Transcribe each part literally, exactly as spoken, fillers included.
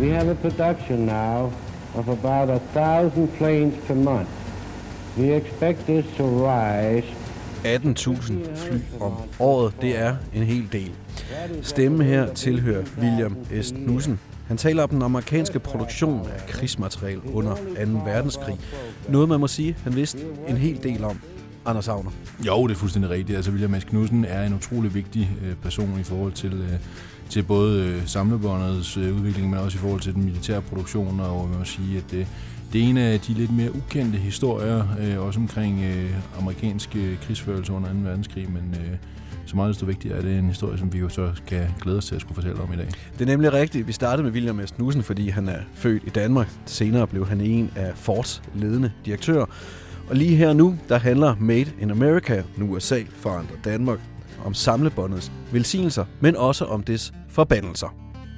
We have a production now of about a thousand planes per month. We expect this to rise. atten tusind fly om året, det er en hel del. Stemmen her tilhører William S. Knudsen. Han taler om den amerikanske produktion af krigsmateriel under anden verdenskrig. Noget man må sige, han vidste en hel del om. Anders Agner. Jo, det er fuldstændig rigtigt. Altså William S. Knudsen er en utrolig vigtig øh, person i forhold til, øh, til både øh, samlebåndets øh, udvikling, men også i forhold til den militære produktion. Og man må sige, at øh, det er en af de lidt mere ukendte historier, øh, også omkring øh, amerikanske krigsførelse under anden verdenskrig, men øh, så meget desto vigtigt er det en historie, som vi jo så kan glæde os til at skulle fortælle om i dag. Det er nemlig rigtigt. Vi startede med William S. Knudsen, fordi han er født i Danmark. Senere blev han en af Fords ledende direktører. Og lige her nu, der handler Made in America, nu U S A forandrer Danmark, om samlebåndets velsignelser, men også om dets forbandelser.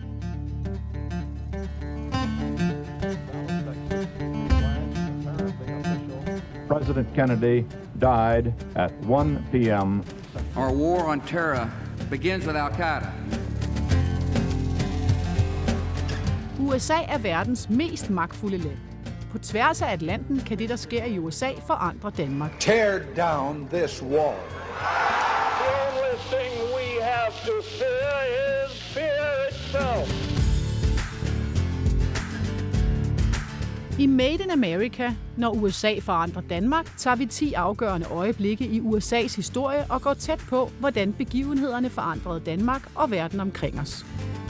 President Kennedy died at one p.m. Our war on terror begins with Al-Qaeda. U S A er verdens mest magtfulde land. På tværs af Atlanten kan det, der sker i U S A, forandre Danmark. Tear down this wall. The only thing we have to fear is fear itself. I Made in America, når U S A forandrer Danmark, tager vi ti afgørende øjeblikke i U S A's historie og går tæt på, hvordan begivenhederne forandrede Danmark og verden omkring os.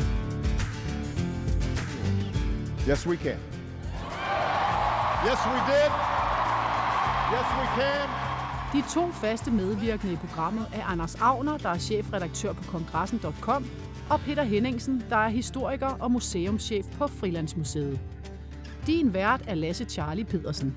Yes, we can. Yes, we did. Yes, we can. De to faste medvirkende i programmet er Anders Agner, der er chefredaktør på kongressen punktum com, og Peter Henningsen, der er historiker og museumschef på Frilandsmuseet. Din vært er Lasse Charlie Pedersen.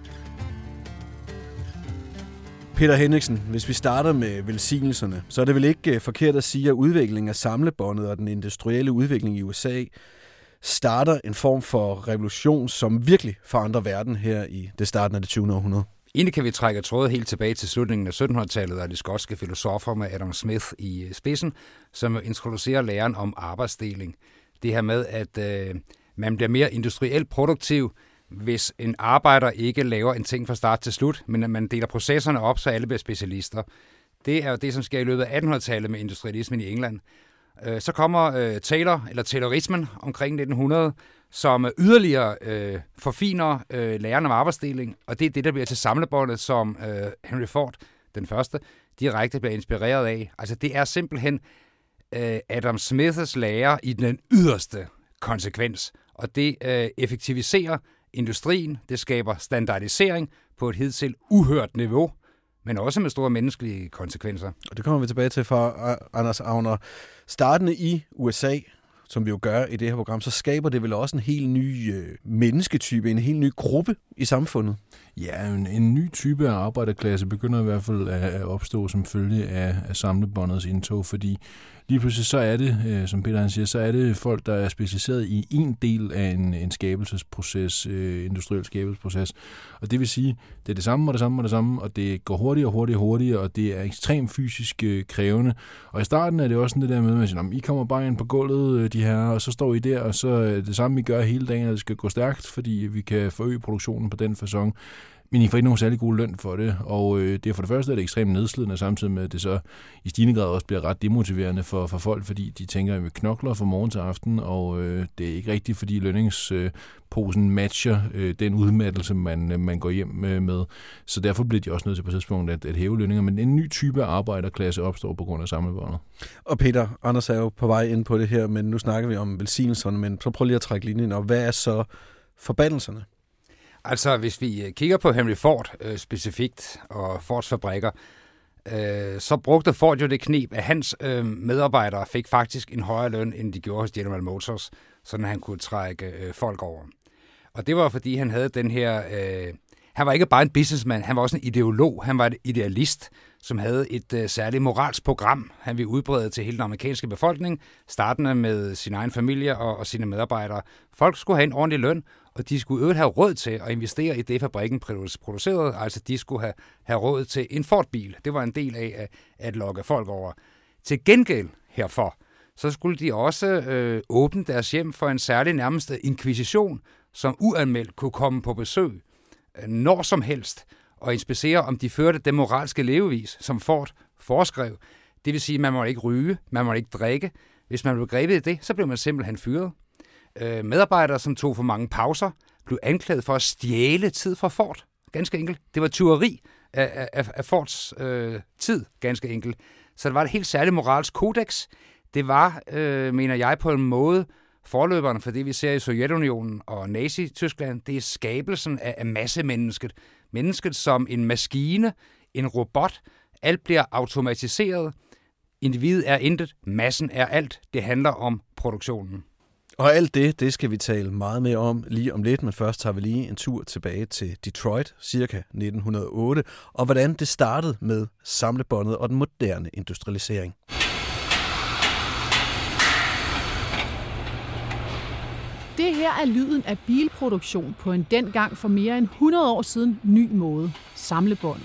Peter Henningsen, hvis vi starter med velsignelserne, så er det vel ikke forkert at sige, at udviklingen af samlebåndet og den industrielle udvikling i U S A starter en form for revolution, som virkelig forandrer verden her i det starten af det tyvende århundrede. Egentlig kan vi trække trådet helt tilbage til slutningen af syttenhundredetallet og de skotske filosofer med Adam Smith i spidsen, som introducerer læren om arbejdsdeling. Det her med, at øh, man bliver mere industrielt produktiv, hvis en arbejder ikke laver en ting fra start til slut, men at man deler processerne op, så alle bliver specialister. Det er jo det, som sker i løbet af attenhundredetallet med industrialismen i England. Så kommer øh, Taylor, eller Taylorismen, omkring nitten hundrede, som yderligere øh, forfiner øh, læren om arbejdsdeling, og det er det, der bliver til samlebåndet, som øh, Henry Ford, den første, direkte bliver inspireret af. Altså det er simpelthen øh, Adam Smiths lære i den yderste konsekvens, og det øh, effektiviserer industrien, det skaber standardisering på et hidtil uhørt niveau, men også med store menneskelige konsekvenser. Og det kommer vi tilbage til fra Anders Agner. Startende i U S A, som vi jo gør i det her program, så skaber det vel også en helt ny øh, mennesketype, en helt ny gruppe i samfundet. Ja, en, en ny type af arbejderklasse begynder i hvert fald at, at opstå som følge af, af samlebåndets indtog, fordi lige pludselig så er det, øh, som Peter han siger, så er det folk, der er specialiseret i en del af en, en skabelsesproces, øh, industriel skabelsesproces. Og det vil sige, det er det samme og det samme og det samme, og det går hurtigere og hurtigere og hurtigere, og det er ekstremt fysisk øh, krævende. Og i starten er det også sådan det der med, at man siger, I kommer bare ind på gulvet, de her, og så står I der, og så er det samme, I gør hele dagen, og det skal gå stærkt, fordi vi kan forøge produktionen på den facon. Men I får ikke nogen særlig god løn for det, og øh, det er for det første er det ekstremt nedslidende, samtidig med, at det så i stigende grad også bliver ret demotiverende for, for folk, fordi de tænker, at vi knokler fra morgen til aften, og øh, det er ikke rigtigt, fordi lønningsposen øh, matcher øh, den udmattelse, man, øh, man går hjem med, med. Så derfor bliver de også nødt til på et tidspunkt at, at hæve lønninger, men en ny type arbejderklasse opstår på grund af samlebåndet. Og Peter, Anders er jo på vej ind på det her, men nu snakker vi om velsignelserne, men så prøv lige at trække linjen op. Hvad er så forbandelserne? Altså, hvis vi kigger på Henry Ford øh, specifikt, og Fords fabrikker, øh, så brugte Ford jo det kneb, at hans øh, medarbejdere fik faktisk en højere løn, end de gjorde hos General Motors, så han kunne trække øh, folk over. Og det var, fordi han havde den her... Øh, han var ikke bare en businessman, han var også en ideolog, han var et idealist, som havde et øh, særligt moralsk program, han ville udbrede til hele den amerikanske befolkning, startende med sin egen familie og, og sine medarbejdere. Folk skulle have en ordentlig løn, og de skulle øvrigt have råd til at investere i det, fabrikken producerede, altså de skulle have, have råd til en Ford-bil. Det var en del af at, at lokke folk over. Til gengæld herfor, så skulle de også øh, åbne deres hjem for en særlig nærmest inkvisition, som uanmeldt kunne komme på besøg øh, når som helst og inspicere, om de førte den moralske levevis, som Ford foreskrev. Det vil sige, at man må ikke ryge, man må ikke drikke. Hvis man blev grebet i det, så blev man simpelthen fyret. Øh, medarbejdere, som tog for mange pauser, blev anklaget for at stjæle tid fra Ford. Ganske enkelt. Det var tyveri af, af, af Fords øh, tid, ganske enkelt. Så det var et helt særligt moralsk kodex. Det var, øh, mener jeg, på en måde forløberne for det, vi ser i Sovjetunionen og Nazi-Tyskland. Det er skabelsen af, af massemennesket. Mennesket som en maskine, en robot. Alt bliver automatiseret. Individet er intet, massen er alt. Det handler om produktionen. Og alt det, det skal vi tale meget mere om lige om lidt, men først tager vi lige en tur tilbage til Detroit, cirka nitten hundrede og otte, og hvordan det startede med samlebåndet og den moderne industrialisering. Det her er lyden af bilproduktion på en dengang for mere end hundrede år siden ny måde, samlebåndet.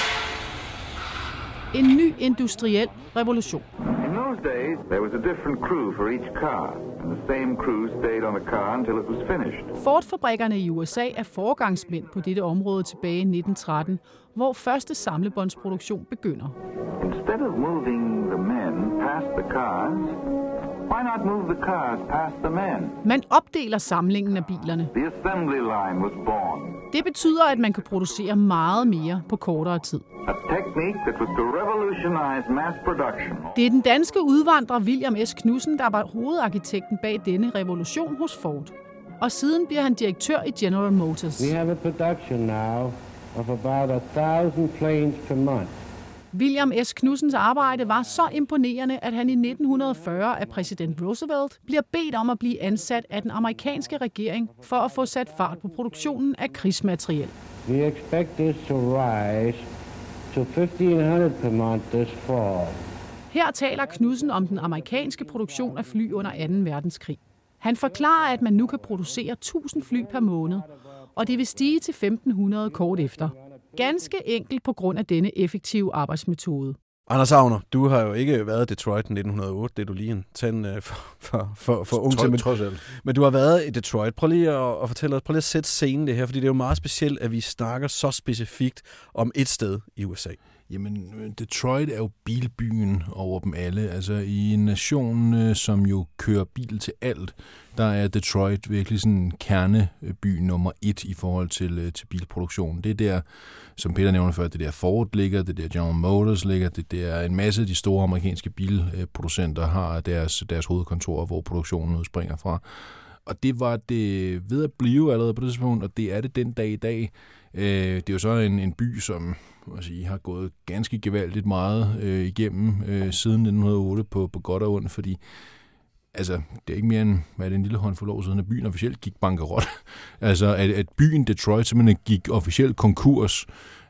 En ny industriel revolution. In those days, there was a different crew for each car, and the same crew stayed on the car until it was finished. Ford-fabrikkerne i U S A er foregangsmænd på dette område tilbage i nitten tretten, hvor første samlebåndsproduktion begynder. Instead of moving the men past the cars, why not move the cars past the men? Man opdeler samlingen af bilerne. The assembly line was born. Det betyder, at man kan producere meget mere på kortere tid. A technique that was to revolutionize mass production. Det er den danske udvandrer William S. Knudsen, der var hovedarkitekten bag denne revolution hos Ford. Og siden bliver han direktør i General Motors. We have a production now of about a thousand planes per month. William S. Knudsens arbejde var så imponerende, at han i nitten fyrre af præsident Roosevelt bliver bedt om at blive ansat af den amerikanske regering for at få sat fart på produktionen af krigsmateriel. We expect this to rise to fifteen hundred per month this fall. Her taler Knudsen om den amerikanske produktion af fly under anden verdenskrig. Han forklarer, at man nu kan producere tusind fly per måned, og det vil stige til femten hundrede kort efter. Ganske enkelt på grund af denne effektive arbejdsmetode. Anders Agner, du har jo ikke været i Detroit i nitten hundrede og otte, det er du lige en tand for, for, for, for ung til. Men, men du har været i Detroit. Prøv lige at, at fortælle os, prøv lige at sætte scenen det her, fordi det er jo meget specielt, at vi snakker så specifikt om et sted i U S A. Jamen, Detroit er jo bilbyen over dem alle. Altså, i en nation, som jo kører bil til alt, der er Detroit virkelig sådan en kerneby nummer et i forhold til, til bilproduktion. Det er der, som Peter nævner før, det der Ford ligger, det der General Motors ligger, det der en masse af de store amerikanske bilproducenter har deres, deres hovedkontorer, hvor produktionen udspringer fra. Og det var det ved at blive allerede på det tidspunkt, og det er det den dag i dag. Det er jo så en, en by, som sige, har gået ganske gevaldigt meget øh, igennem øh, siden nitten hundrede og otte på, på godt og ondt, fordi altså, det er ikke mere end, hvad er det, en lille håndfuld år siden, at byen officielt gik bankerot. altså, at, at byen Detroit simpelthen gik officielt konkurs.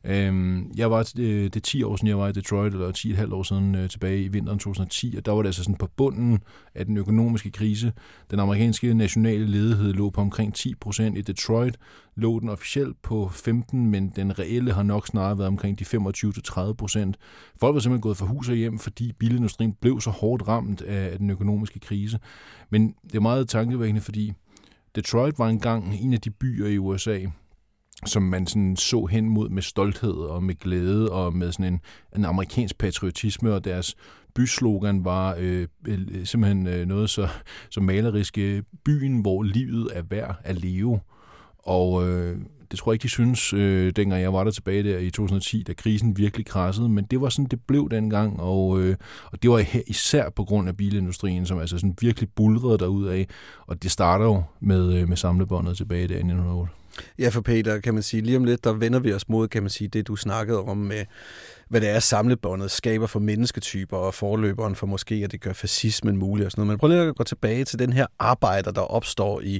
Øhm, jeg var, det, det er ti år siden, jeg var i Detroit, eller ti og et halvt år siden øh, tilbage i vinteren to tusind og ti, og der var det altså sådan på bunden af den økonomiske krise. Den amerikanske nationale ledighed lå på omkring ti procent. I Detroit lå den officielt på femten, men den reelle har nok snarere været omkring de femogtyve til tredive procent. Folk var simpelthen gået fra hus og hjem, fordi bilindustrien blev så hårdt ramt af, af den økonomiske krise. Men det er meget tankevækkende, fordi Detroit var engang en af de byer i U S A, som man sådan så hen mod med stolthed og med glæde og med sådan en, en amerikansk patriotisme, og deres byslogan var øh, simpelthen øh, noget så, så malerisk: byen, hvor livet er værd at leve. Og øh, det tror jeg ikke, de synes, øh, dengang jeg var der tilbage der i to tusind og ti, da krisen virkelig krassede, men det var sådan, det blev dengang, og, øh, og det var især på grund af bilindustrien, som altså sådan virkelig buldrede derudad, og det starter jo med, øh, med samlebåndet tilbage der i nitten hundrede og otte. Ja, for Peter, kan man sige, lige om lidt, der vender vi os mod, kan man sige, det du snakkede om med, hvad det er, samlebåndet skaber for mennesketyper og forløberen for måske, at det gør fascismen mulig og sådan noget. Men prøv lige at gå tilbage til den her arbejder, der opstår i,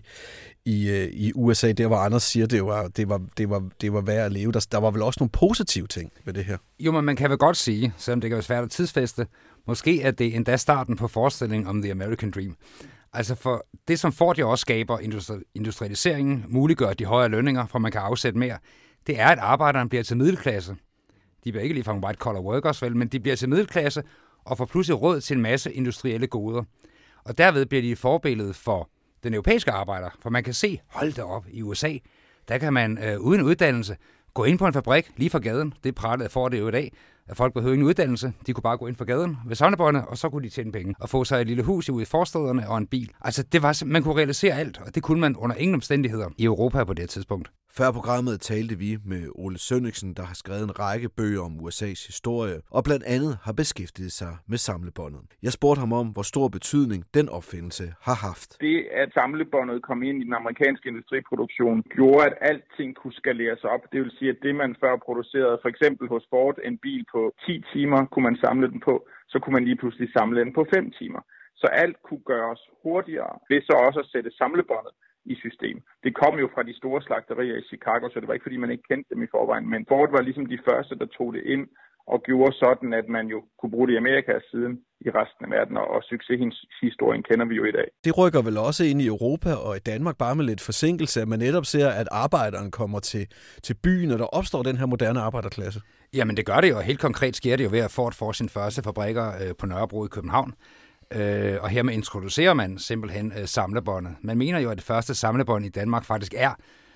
i, i U S A, der hvor Anders siger, det var, det var, det var, det var værd at leve. Der, der var vel også nogle positive ting ved det her? Jo, men man kan vel godt sige, selvom det kan være svært at tidsfæste, måske er det endda starten på forestillingen om The American Dream. Altså for det, som Ford jo også skaber, industri- industrialiseringen, muliggør de højere lønninger, for man kan afsætte mere, det er, at arbejderne bliver til middelklasse. De bliver ikke ligefrem white-collar workers, vel, men de bliver til middelklasse og får pludselig råd til en masse industrielle goder. Og derved bliver de et forbillede for den europæiske arbejder. For man kan se, hold da op, i U S A, der kan man øh, uden uddannelse gå ind på en fabrik lige fra gaden. Det prallede for det jo i dag. At folk behøvede ingen uddannelse. De kunne bare gå ind fra gaden ved samlebåndet, og så kunne de tjene penge. Og få sig et lille hus ude i forstederne og en bil. Altså, det var, man kunne realisere alt, og det kunne man under ingen omstændigheder i Europa på det tidspunkt. Før programmet talte vi med Ole Sønnigsen, der har skrevet en række bøger om U S A's historie, og blandt andet har beskæftiget sig med samlebåndet. Jeg spurgte ham om, hvor stor betydning den opfindelse har haft. Det, at samlebåndet kom ind i den amerikanske industriproduktion, gjorde, at alting kunne skaleres op. Det vil sige, at det, man før producerede, for eksempel hos Ford, en bil på ti timer, kunne man samle den på, så kunne man lige pludselig samle den på fem timer. Så alt kunne gøres hurtigere, ved så også at sætte samlebåndet i system. Det kom jo fra de store slagterier i Chicago, så det var ikke, fordi man ikke kendte dem i forvejen. Men Ford var ligesom de første, der tog det ind og gjorde sådan, at man jo kunne bruge det i Amerika siden i resten af verden, og succeshistorien kender vi jo i dag. Det rykker vel også ind i Europa og i Danmark bare med lidt forsinkelse, at man netop ser, at arbejderen kommer til, til byen, og der opstår den her moderne arbejderklasse. Jamen det gør det jo, og helt konkret sker det jo ved, at Ford får sin første fabrikker øh, på Nørrebro i København. Øh, og hermed introducerer man simpelthen øh, samlebåndet. Man mener jo, at det første samlebånd i Danmark faktisk er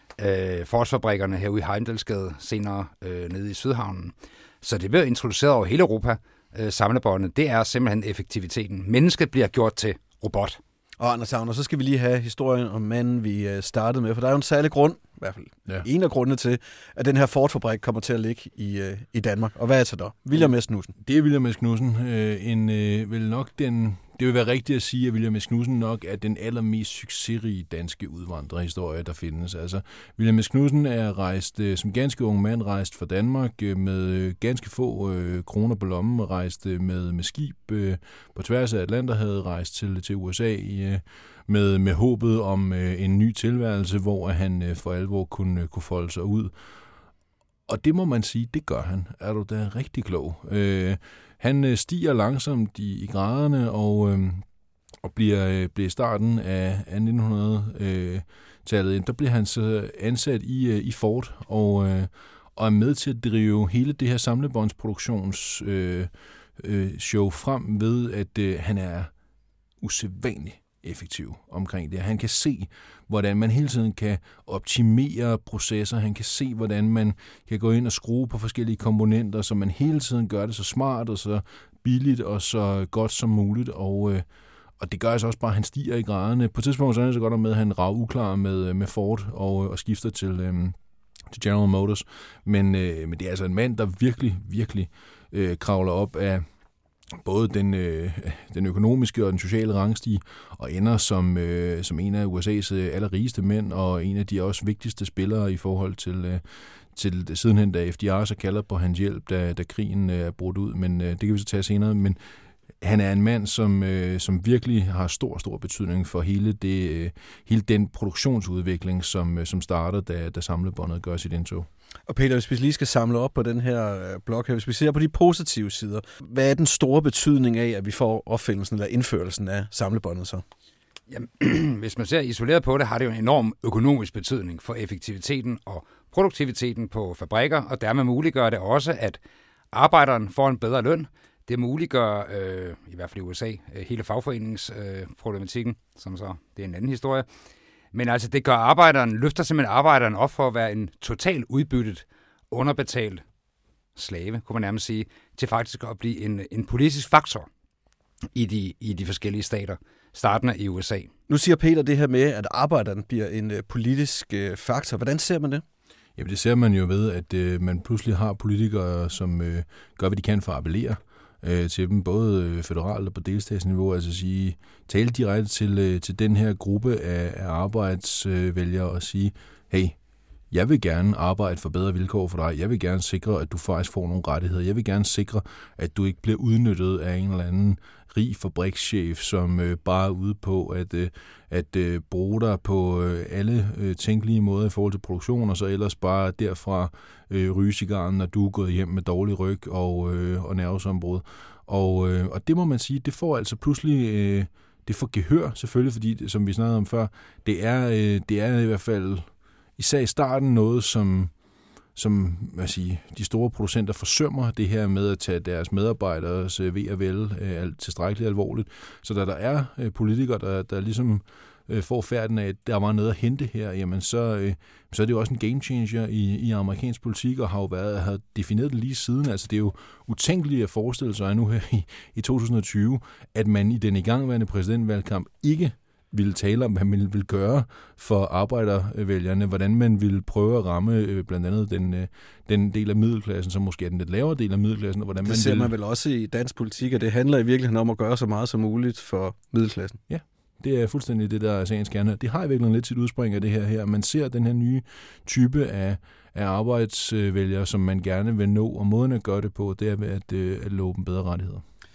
øh, Ford-fabrikkerne herude i Heimdalsgade, senere øh, nede i Sydhavnen. Så det bliver introduceret over hele Europa, øh, samlebåndet. Det er simpelthen effektiviteten. Mennesket bliver gjort til robot. Og Anders Agner, så skal vi lige have historien om manden, vi startede med, for der er jo en særlig grund, i hvert fald ja. en af grundene til, at den her Ford-fabrik kommer til at ligge i, øh, i Danmark. Og hvad er det så der? William S. Knudsen. Det er William S. Knudsen. Øh, en, øh, vel nok den, det vil være rigtigt at sige, at William S. Knudsen nok er den allermest succesrige danske udvandrerhistorie, der findes. Altså, William S. Knudsen er rejst, øh, som ganske ung mand, rejst fra Danmark øh, med øh, ganske få øh, kroner på lommen, rejst øh, med, med skib øh, på tværs af Atlanterhavet, rejst til, til U S A øh, med, med håbet om øh, en ny tilværelse, hvor han øh, for alvor kunne, øh, kunne folde sig ud. Og det må man sige, det gør han. Er du da rigtig klog? Øh, han øh, stiger langsomt i, i graderne og, øh, og bliver, øh, bliver i starten af, af nitten hundrede-tallet. Øh, der bliver han så ansat i, øh, i Ford og, øh, og er med til at drive hele det her samlebåndsproduktions øh, øh, show frem ved, at øh, han er usædvanlig effektiv omkring det. Han kan se, hvordan man hele tiden kan optimere processer. Han kan se, hvordan man kan gå ind og skrue på forskellige komponenter, så man hele tiden gør det så smart og så billigt og så godt som muligt. Og, øh, og det gør altså også bare, at han stiger i graderne. På et tidspunkt så er det så godt med, at han rager uklar med, med Ford og, og skifter til, øh, til General Motors. Men, øh, men det er altså en mand, der virkelig, virkelig øh, kravler op af både den, øh, den økonomiske og den sociale rangstige, og ender som, øh, som en af U S A's allerrigeste mænd, og en af de også vigtigste spillere i forhold til, øh, til sidenhen, da F D R så kalder på hans hjælp, da, da krigen øh, er brudt ud, men øh, det kan vi så tage senere. Men han er en mand, som, øh, som virkelig har stor, stor betydning for hele, det, øh, hele den produktionsudvikling, som, øh, som starter, da, da samlebåndet gør sit indtog. Og Peter, hvis vi lige skal samle op på den her blog her, hvis vi ser på de positive sider, hvad er den store betydning af, at vi får opfindelsen eller indførelsen af samlebåndet så? Jamen, hvis man ser isoleret på det, har det jo en enorm økonomisk betydning for effektiviteten og produktiviteten på fabrikker, og dermed muliggør det også, at arbejderen får en bedre løn. Det muliggør, øh, i hvert fald i U S A, hele fagforeningsproblematikken, øh, som så det er en anden historie. Men altså, det gør arbejderen, løfter simpelthen arbejderen op for at være en total udbyttet, underbetalt slave, kunne man nærmest sige, til faktisk at blive en, en politisk faktor i de, i de forskellige stater, startende i U S A. Nu siger Peter det her med, at arbejderen bliver en politisk faktor. Hvordan ser man det? Jamen, det ser man jo ved, at øh, man pludselig har politikere, som øh, gør, hvad de kan for at appellere øh, til dem, både føderalt og på delstatsniveau, altså sige, tale direkte til, øh, til den her gruppe af, af arbejdsvælgere og sige, hey, jeg vil gerne arbejde for bedre vilkår for dig. Jeg vil gerne sikre, at du faktisk får nogle rettigheder. Jeg vil gerne sikre, at du ikke bliver udnyttet af en eller anden rig fabrikschef, som øh, bare er ude på at, øh, at øh, bruge dig på øh, alle øh, tænkelige måder i forhold til produktion, og så ellers bare derfra øh, ryge cigaren, når du er gået hjem med dårlig ryg og, øh, og nervesambrud. Og, øh, og det må man sige, det får altså pludselig... Øh, det får gehør selvfølgelig, fordi, som vi snakkede om før, det er, øh, det er i hvert fald især i starten noget, som, som hvad siger, de store producenter forsømmer det her med at tage deres medarbejderes øh, ved og vel øh, tilstrækkeligt alvorligt. Så da der er øh, politikere, der, der ligesom øh, får færden af, at der var noget at hente her, jamen så, øh, så er det jo også en game changer i, i amerikansk politik, og har jo været, har defineret det lige siden. Altså det er jo utænkeligt at forestille sig nu her i, i to tusind og tyve, at man i den igangværende præsidentvalgkamp ikke ville tale om, hvad man ville gøre for arbejdervælgerne, hvordan man ville prøve at ramme blandt andet den, den del af middelklassen, som måske er den lidt lavere del af middelklassen. Og hvordan det man ser vil... man vel også i dansk politik, og det handler i virkeligheden om at gøre så meget som muligt for middelklassen. Ja, det er fuldstændig det, der er sagens kerne. Det har i virkeligheden lidt sit udspring af det her her. Man ser den her nye type af, af arbejdsvælgere, som man gerne vil nå, og måden at gøre det på, det er ved at, at love dem bedre rettigheder.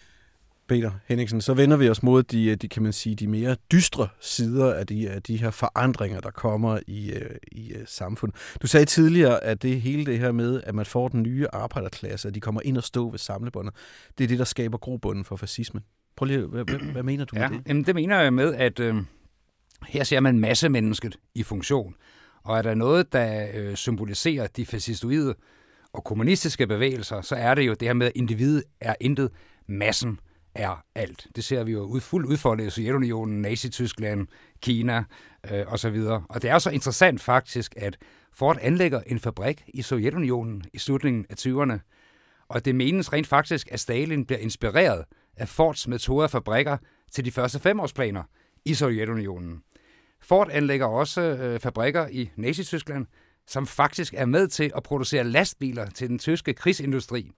Peter Henningsen, så vender vi os mod de, de, kan man sige, de mere dystre sider af de, af de her forandringer, der kommer i, i samfundet. Du sagde tidligere, at det hele det her med, at man får den nye arbejderklasse, at de kommer ind og stå ved samlebåndet, det er det, der skaber grobunden for fascismen. Prøv lige, hvad, hvad, hvad mener du ja, med det? Jamen, det mener jeg med, at øh, her ser man massemennesket i funktion, og er der noget, der øh, symboliserer de fascistoide og kommunistiske bevægelser, så er det jo det her med, at individet er intet, massen er alt. Det ser vi jo ud, fuldt udfoldet i Sovjetunionen, Nazi-Tyskland, Kina øh, osv. Og det er så interessant faktisk, at Ford anlægger en fabrik i Sovjetunionen i slutningen af tyverne. Og det menes rent faktisk, at Stalin bliver inspireret af Fords metoder og fabrikker til de første femårsplaner i Sovjetunionen. Ford anlægger også øh, fabrikker i Nazi-Tyskland, som faktisk er med til at producere lastbiler til den tyske krigsindustri.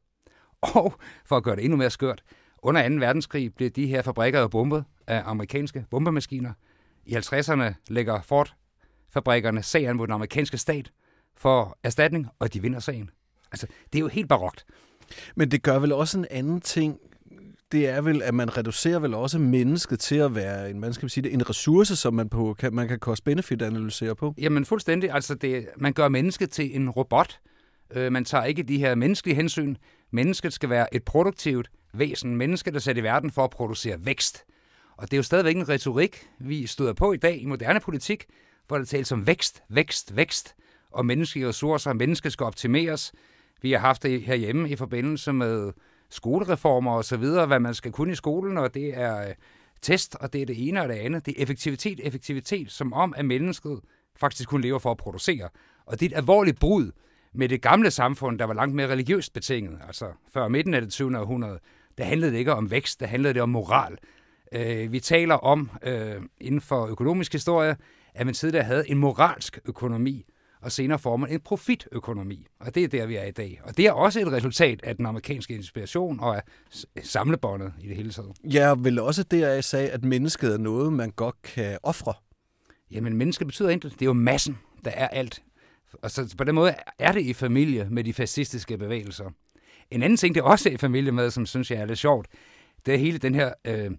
Og for at gøre det endnu mere skørt, under anden verdenskrig blev de her fabrikker jo bombet af amerikanske bombemaskiner. I halvtredserne lægger Ford-fabrikkerne sagen mod den amerikanske stat for erstatning, og de vinder sagen. Altså, det er jo helt barokt. Men det gør vel også en anden ting. Det er vel, at man reducerer vel også mennesket til at være en, man skal sige det, en ressource, som man, på, kan, man kan cost-benefit-analysere på. Jamen fuldstændig. Altså, det, man gør mennesket til en robot. Øh, man tager ikke de her menneskelige hensyn. Mennesket skal være et produktivt væsen. Mennesket er sat i verden for at producere vækst. Og det er jo stadigvæk en retorik, vi støder på i dag i moderne politik, hvor der tales om vækst, vækst, vækst, og menneskelige ressourcer, mennesket skal optimeres. Vi har haft det herhjemme i forbindelse med skolereformer og så videre, hvad man skal kunne i skolen, og det er test, og det er det ene og det andet. Det er effektivitet, effektivitet, som om, at mennesket faktisk kun lever for at producere. Og det er et alvorligt brud med det gamle samfund, der var langt mere religiøst betinget. Altså før midten af det tyvende århundrede, der handlede det ikke om vækst, der handlede det om moral. Øh, vi taler om, øh, inden for økonomisk historie, at man tidligere havde en moralsk økonomi, og senere får man en profitøkonomi. Og det er der, vi er i dag. Og det er også et resultat af den amerikanske inspiration og af samlebåndet i det hele taget. Ja, vel også det, jeg sagde, at mennesket er noget, man godt kan ofre. Jamen, mennesket betyder intet. Det er jo massen, der er alt. Og så på den måde er det i familie med de fascistiske bevægelser. En anden ting, det er også i familie med, som synes jeg er lidt sjovt, det er hele den her øh,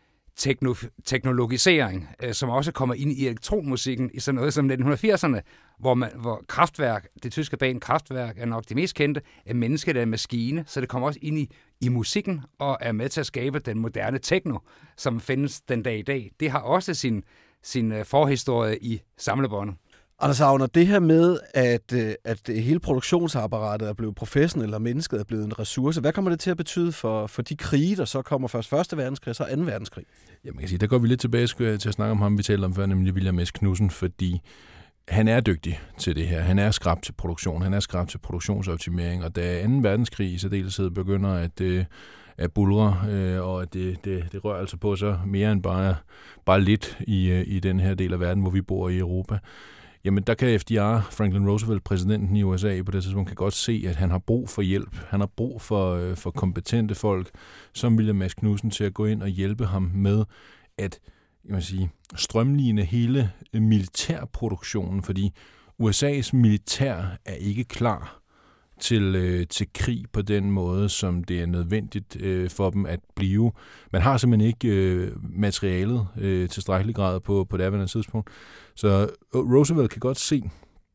tekno- teknologisering, øh, som også kommer ind i elektronmusikken i sådan noget som nitten firserne, hvor, man, hvor Kraftwerk, det tyske band Kraftwerk, er nok det mest kendte, at mennesket er en maskine, så det kommer også ind i, i musikken og er med til at skabe den moderne techno, som findes den dag i dag. Det har også sin, sin forhistorie i samlebåndet. Anders Agner, det her med, at, at hele produktionsapparatet er blevet professionelt, og mennesket er blevet en ressource, hvad kommer det til at betyde for, for de krige, der så kommer først første verdenskrig, så anden verdenskrig? Ja, man kan sige, der går vi lidt tilbage til at snakke om ham, vi talte om før, nemlig William S. Knudsen, fordi han er dygtig til det her. Han er skrab til produktion, han er skrab til produktionsoptimering, og da anden verdenskrig i særdeleshed begynder at, at bulre, og at det, det, det rører altså på sig mere end bare, bare lidt i, i den her del af verden, hvor vi bor i Europa, jamen der kan F D R, Franklin Roosevelt, præsidenten i U S A på det tidspunkt, kan godt se, at han har brug for hjælp. Han har brug for, for kompetente folk, som William S. Knudsen, til at gå ind og hjælpe ham med at jeg vil sige, strømline hele militærproduktionen, fordi U S A's militær er ikke klar til, øh, til krig på den måde, som det er nødvendigt øh, for dem at blive. Man har simpelthen ikke øh, materialet øh, tilstrækkelig grad på, på det andet tidspunkt. Så Roosevelt kan godt se,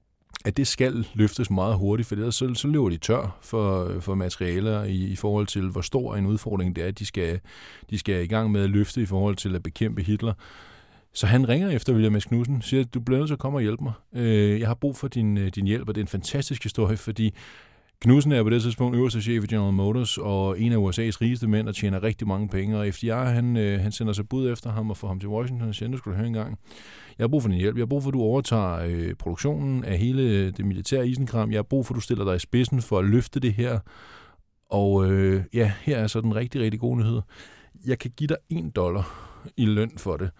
at det skal løftes meget hurtigt, for ellers så, så løber de tør for, for materialer i, i forhold til, hvor stor en udfordring det er, at de skal, de skal i gang med at løfte i forhold til at bekæmpe Hitler. Så han ringer efter William S. Knudsen, siger, du bliver nødt til at komme og hjælpe mig. Øh, jeg har brug for din, din hjælp, og det er en fantastisk historie, fordi Knudsen er på det tidspunkt øverste chef i General Motors, og en af U S A's rigeste mænd, og tjener rigtig mange penge, og F D R, han, øh, han sender sig bud efter ham og får ham til Washington, og siger, nu skal du høre en gang. Jeg har brug for din hjælp. Jeg har brug for, at du overtager øh, produktionen af hele det militære isenkram. Jeg har brug for, at du stiller dig i spidsen for at løfte det her. Og øh, ja, her er så den rigtig, rigtig gode nyhed. Jeg kan give dig en dollar i løn for det.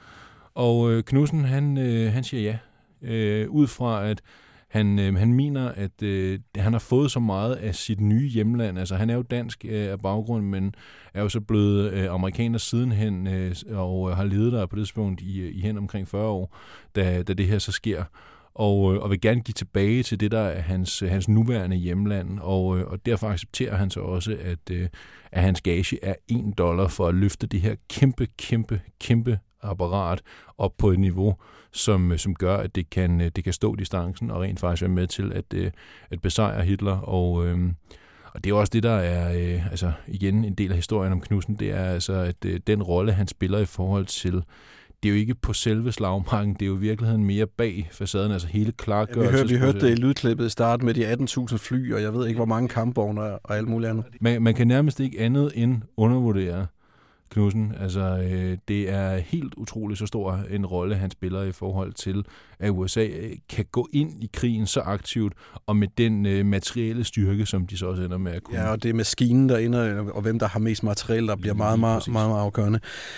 Og øh, Knudsen, han, øh, han siger ja. Øh, ud fra, at han, øh, han mener, at øh, han har fået så meget af sit nye hjemland. Altså, han er jo dansk øh, af baggrund, men er jo så blevet øh, amerikaner sidenhen, øh, og har levet der på det tidspunkt i, i hen omkring fyrre år, da, da det her så sker. Og, øh, og vil gerne give tilbage til det, der er hans, hans nuværende hjemland. Og, øh, og derfor accepterer han så også, at, øh, at hans gage er en dollar for at løfte det her kæmpe, kæmpe, kæmpe apparat op på et niveau, som, som gør, at det kan, det kan stå distancen og rent faktisk være med til at, at besejre Hitler. Og, øhm, og det er også det, der er øh, altså igen en del af historien om Knudsen. Det er altså, at øh, den rolle, han spiller i forhold til, det er jo ikke på selve slagmarken, det er jo i virkeligheden mere bag facaden, altså hele klargørelses... Ja, vi, hør, vi hørte det i lydklippet i starten med de atten tusind fly, og jeg ved ikke, hvor mange kampvogne og alt muligt andet. Man, man kan nærmest ikke andet end undervurdere Knudsen. Altså, øh, det er helt utroligt så stor en rolle, han spiller i forhold til, at U S A kan gå ind i krigen så aktivt, og med den øh, materielle styrke, som de så også ender med at kunne. Ja, og det er maskinen derinde, og hvem der har mest materiale, der bliver meget, meget, meget, meget afgørende.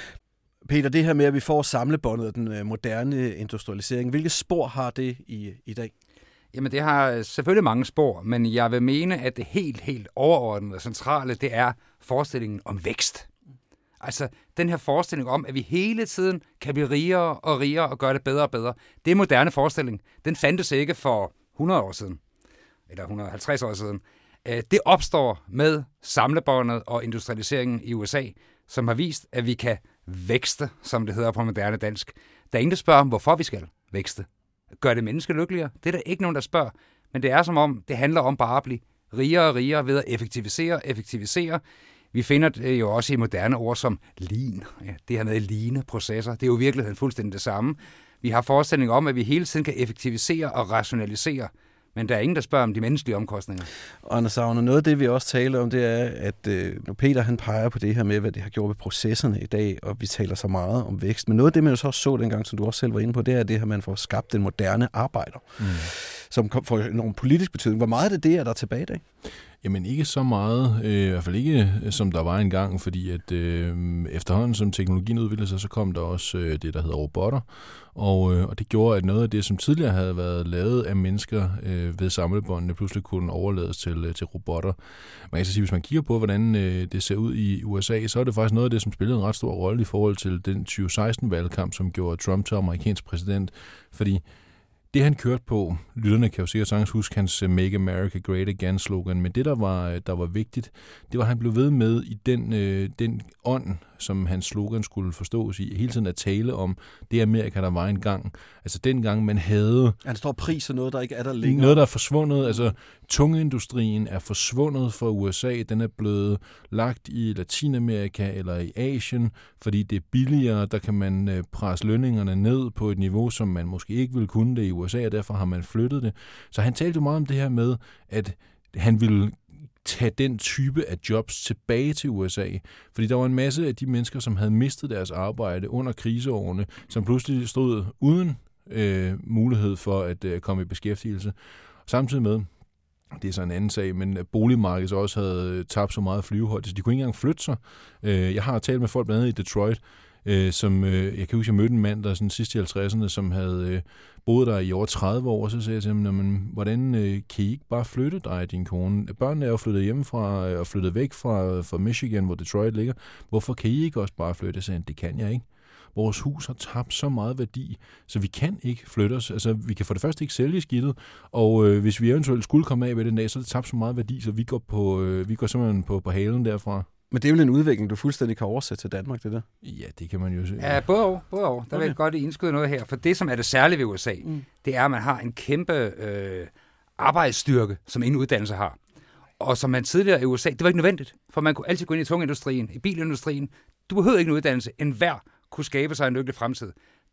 Peter, det her med, at vi får samlebåndet af den moderne industrialisering, hvilke spor har det i, i dag? Jamen, det har selvfølgelig mange spor, men jeg vil mene, at det helt, helt overordnede og centrale, det er forestillingen om vækst. Altså, den her forestilling om, at vi hele tiden kan blive rigere og rigere og gøre det bedre og bedre. Det er en moderne forestilling. Den fandtes ikke for hundrede år siden, eller et hundrede og halvtreds år siden. Det opstår med samlebåndet og industrialiseringen i U S A, som har vist, at vi kan vækste, som det hedder på moderne dansk. Der er ingen, der spørger om, hvorfor vi skal vækste. Gør det mennesker lykkeligere? Det er der ikke nogen, der spørger. Men det er som om, det handler om bare at blive rigere og rigere ved at effektivisere, effektivisere. Vi finder det jo også i moderne ord som lean. Ja, det her med lean processer, det er jo i virkeligheden fuldstændig det samme. Vi har forestilling om, at vi hele tiden kan effektivisere og rationalisere, men der er ingen, der spørger om de menneskelige omkostninger. Og Anders Agner, noget af det, vi også taler om, det er, at øh, når Peter han peger på det her med, hvad det har gjort ved processerne i dag, og vi taler så meget om vækst, men noget af det, man jo så også så dengang, som du også selv var inde på, det er det her, man får skabt den moderne arbejder, mm. som får enorm politisk betydning. Hvor meget af det er der tilbage i dag? Jamen ikke så meget, øh, i hvert fald ikke som der var engang, fordi at øh, efterhånden som teknologien udviklede sig, så kom der også øh, det, der hedder robotter, og, øh, og det gjorde, at noget af det, som tidligere havde været lavet af mennesker øh, ved samlebåndene, pludselig kunne overlades til, øh, til robotter. Man kan så sige, hvis man kigger på, hvordan øh, det ser ud i U S A, så er det faktisk noget af det, som spillede en ret stor rolle i forhold til den tyve seksten-valgkamp, som gjorde Trump til amerikansk præsident, fordi det han kørte på, lytterne kan jo sikkert sagtens huske hans Make America Great Again slogan, men det der var, der var vigtigt, det var, at han blev ved med i den, øh, den ånd, som hans slogan skulle forstås i, hele tiden at tale om det Amerika, der var engang. Altså dengang man havde... Han står pris af noget, der ikke er der længere. Noget, der er forsvundet. Altså tungeindustrien er forsvundet fra U S A. Den er blevet lagt i Latinamerika eller i Asien, fordi det er billigere. Der kan man presse lønningerne ned på et niveau, som man måske ikke ville kunne det i U S A, og derfor har man flyttet det. Så han talte jo meget om det her med, at han ville tage den type af jobs tilbage til U S A. Fordi der var en masse af de mennesker, som havde mistet deres arbejde under kriseårene, som pludselig stod uden øh, mulighed for at øh, komme i beskæftigelse. Samtidig med, det er så en anden sag, men boligmarkedet også havde tabt så meget flyvehøjde, så de kunne ikke engang flytte sig. Øh, jeg har talt med folk blandt andet i Detroit, øh, som, øh, jeg kan huske, jeg mødte en mand, der sådan sidst i halvtredserne, som havde øh, boet der i over tredive år, og så sagde jeg til ham, men hvordan øh, kan I ikke bare flytte dig og din kone? Børnene er jo flyttet hjemmefra og flyttet væk fra, fra Michigan, hvor Detroit ligger. Hvorfor kan I ikke også bare flytte? Så sagde han, det kan jeg ikke. Vores hus har tabt så meget værdi, så vi kan ikke flytte os. Altså, vi kan for det første ikke sælge skidtet, og øh, hvis vi eventuelt skulle komme af med den dag, så er det tabt så meget værdi, så vi går, på, øh, vi går simpelthen på, på halen derfra. Men det er jo en udvikling, du fuldstændig kan oversætte til Danmark, det der? Ja, det kan man jo se. Ja, både over. Både over. Der okay. vil jeg godt indskyde noget her, for det, som er det særlige ved U S A, mm. det er, at man har en kæmpe øh, arbejdsstyrke, som ingen uddannelse har. Og som man tidligere i U S A, det var ikke nødvendigt, for man kunne altid gå ind i tungindustrien, i bilindustrien. Du behøvede ikke en uddannelse. Enhver kunne skabe sig en lykkelig fremtid.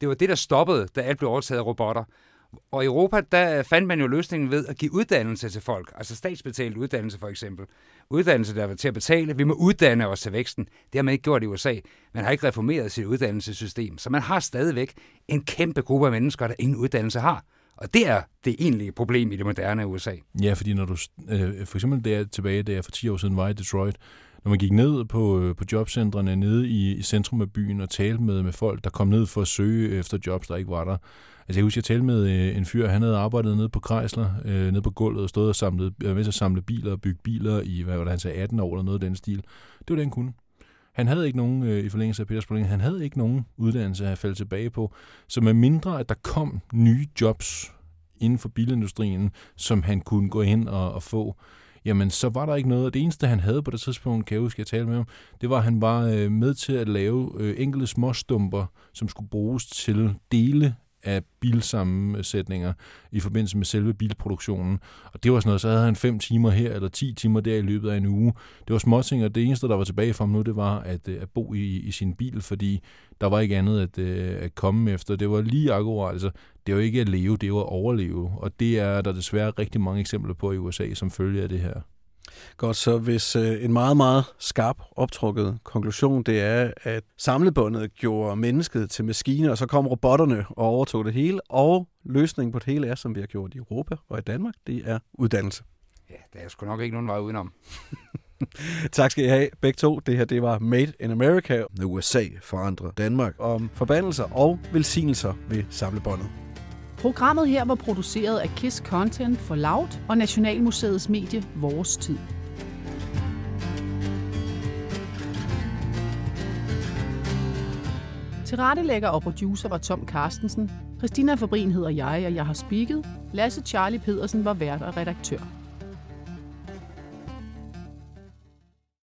Det var det, der stoppede, da alt blev overtaget af robotter. Og i Europa, der fandt man jo løsningen ved at give uddannelse til folk. Altså statsbetalt uddannelse for eksempel. Uddannelse, der var til at betale. Vi må uddanne os til væksten. Det har man ikke gjort i U S A. Man har ikke reformeret sit uddannelsessystem. Så man har stadigvæk en kæmpe gruppe af mennesker, der ingen uddannelse har. Og det er det egentlige problem i det moderne U S A. Ja, fordi når du, øh, for eksempel der tilbage, da jeg for ti år siden var i Detroit, når man gik ned på, på jobcentrene nede i, i centrum af byen og talte med, med folk, der kom ned for at søge efter jobs, der ikke var der. Altså jeg husker, jeg talte med øh, en fyr, han havde arbejdet nede på Chrysler, øh, nede på gulvet og stået og samlet, øh, med at samle biler og bygge biler i, hvad var det, han sagde, atten år eller noget af den stil. Det var det, han kunne. Han havde ikke nogen, øh, i forlængelse af Peters problem, han havde ikke nogen uddannelse at falde tilbage på. Så med mindre, at der kom nye jobs inden for bilindustrien, som han kunne gå hen og, og få, jamen så var der ikke noget. Det eneste, han havde på det tidspunkt, kan jeg huske, jeg talte med ham, det var, at han var øh, med til at lave øh, enkelte småstumper, som skulle bruges til dele af bilsammensætninger i forbindelse med selve bilproduktionen. Og det var sådan noget, så havde han fem timer her, eller ti timer der i løbet af en uge. Det var småting, og det eneste, der var tilbage for ham nu, det var at, at bo i, i sin bil, fordi der var ikke andet at, at komme efter. Det var lige akkurat, altså, det var ikke at leve, det var at overleve. Og det er der desværre rigtig mange eksempler på i U S A, som følge af det her. Godt, så hvis øh, en meget, meget skarp optrukket konklusion, det er, at samlebåndet gjorde mennesket til maskiner, og så kom robotterne og overtog det hele, og løsningen på det hele er, som vi har gjort i Europa og i Danmark, det er uddannelse. Ja, der er sgu nok ikke nogen vej udenom. Tak skal I have, begge to. Det her, det var Made in America. Når U S A forandrer Danmark om forbandelser og velsignelser ved samlebåndet. Programmet her var produceret af KISS Content for Loud og Nationalmuseets medie Vores Tid. Tilrettelægger og producer var Tom Carstensen. Christina Fabrin hedder jeg, og jeg har speaket. Lasse Charlie Pedersen var vært og redaktør.